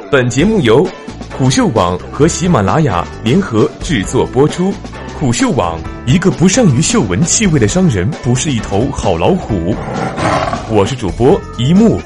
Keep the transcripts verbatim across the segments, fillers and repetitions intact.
本节目由虎嗅网和喜马拉雅联合制作播出。虎嗅网：一个不善于嗅闻气味的商人不是一头好老虎。我是主播一木。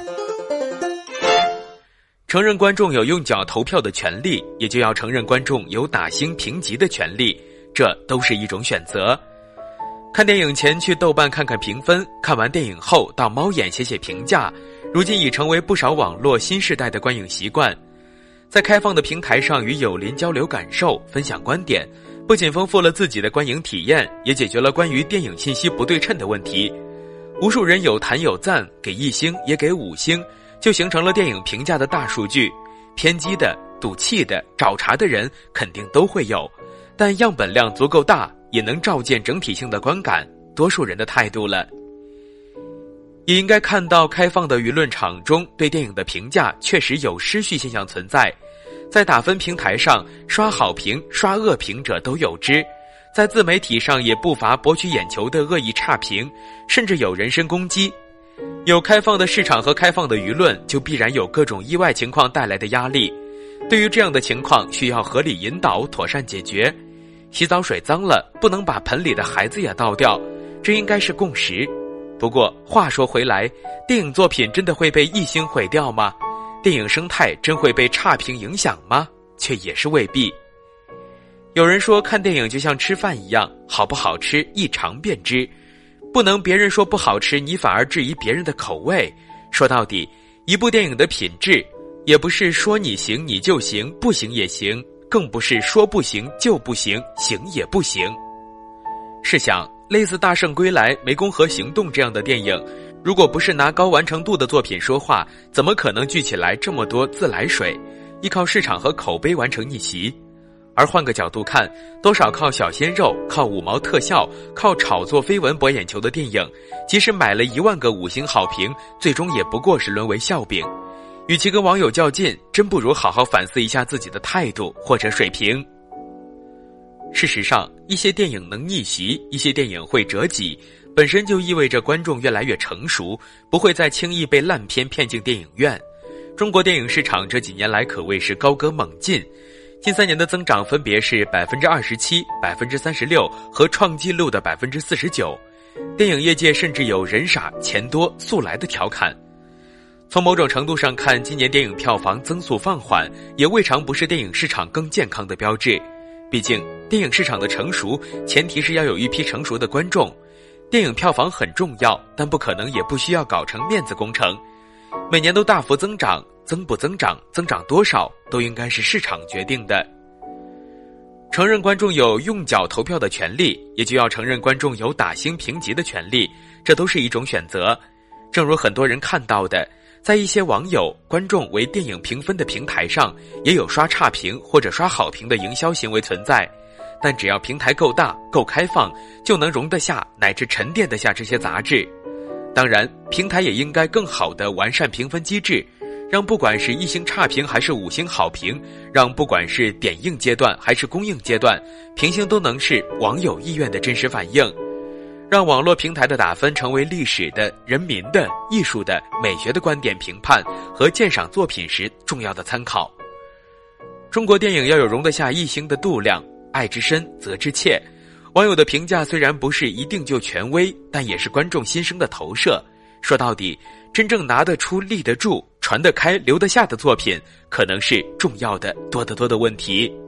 承认观众有用脚投票的权利，也就要承认观众有打星评级的权利，这都是一种选择。看电影前去豆瓣看看评分，看完电影后到猫眼写写评价，如今已成为不少网络新世代的观影习惯。在开放的平台上与友邻交流感受，分享观点，不仅丰富了自己的观影体验，也解决了关于电影信息不对称的问题。无数人有弹有赞，给一星也给五星，就形成了电影评价的大数据。偏激的、赌气的、找茬的人肯定都会有，但样本量足够大，也能照见整体性的观感，多数人的态度了。也应该看到开放的舆论场中对电影的评价确实有失序现象存在，在打分平台上刷好评刷恶评者都有之，在自媒体上也不乏博取眼球的恶意差评，甚至有人身攻击。有开放的市场和开放的舆论，就必然有各种意外情况带来的压力。对于这样的情况，需要合理引导，妥善解决。洗澡水脏了，不能把盆里的孩子也倒掉，这应该是共识。不过话说回来，电影作品真的会被一星毁掉吗？电影生态真会被差评影响吗？却也是未必。有人说看电影就像吃饭一样，好不好吃一尝便知，不能别人说不好吃，你反而质疑别人的口味。说到底，一部电影的品质，也不是说你行你就行，不行也行，更不是说不行就不行，行也不行。试想，类似《大圣归来》《湄公河行动》这样的电影，如果不是拿高完成度的作品说话，怎么可能聚起来这么多自来水，依靠市场和口碑完成逆袭？而换个角度看，多少靠小鲜肉、靠五毛特效、靠炒作绯闻博眼球的电影，即使买了一万个五星好评，最终也不过是沦为笑柄。与其跟网友较劲，真不如好好反思一下自己的态度或者水平。事实上，一些电影能逆袭，一些电影会折戟，本身就意味着观众越来越成熟，不会再轻易被烂片骗进电影院。中国电影市场这几年来可谓是高歌猛进，近三年的增长分别是 百分之二十七、百分之三十六 和创纪录的 百分之四十九。电影业界甚至有人傻钱多速来的调侃。从某种程度上看，今年电影票房增速放缓，也未尝不是电影市场更健康的标志。毕竟电影市场的成熟，前提是要有一批成熟的观众。电影票房很重要，但不可能也不需要搞成面子工程。每年都大幅增长，增不增长，增长多少，都应该是市场决定的。承认观众有用脚投票的权利，也就要承认观众有打星评级的权利，这都是一种选择。正如很多人看到的，在一些网友、观众为电影评分的平台上，也有刷差评或者刷好评的营销行为存在。但只要平台够大、够开放，就能容得下乃至沉淀得下这些杂质。当然，平台也应该更好地完善评分机制，让不管是一星差评还是五星好评，让不管是点映阶段还是公映阶段，评星都能是网友意愿的真实反映。让网络平台的打分成为历史的、人民的、艺术的、美学的观点评判和鉴赏作品时重要的参考。中国电影要有容得下一星的度量，爱之深责之切。网友的评价虽然不是一定就权威，但也是观众心声的投射。说到底，真正拿得出、立得住、传得开、留得下的作品，可能是重要的多得多的问题。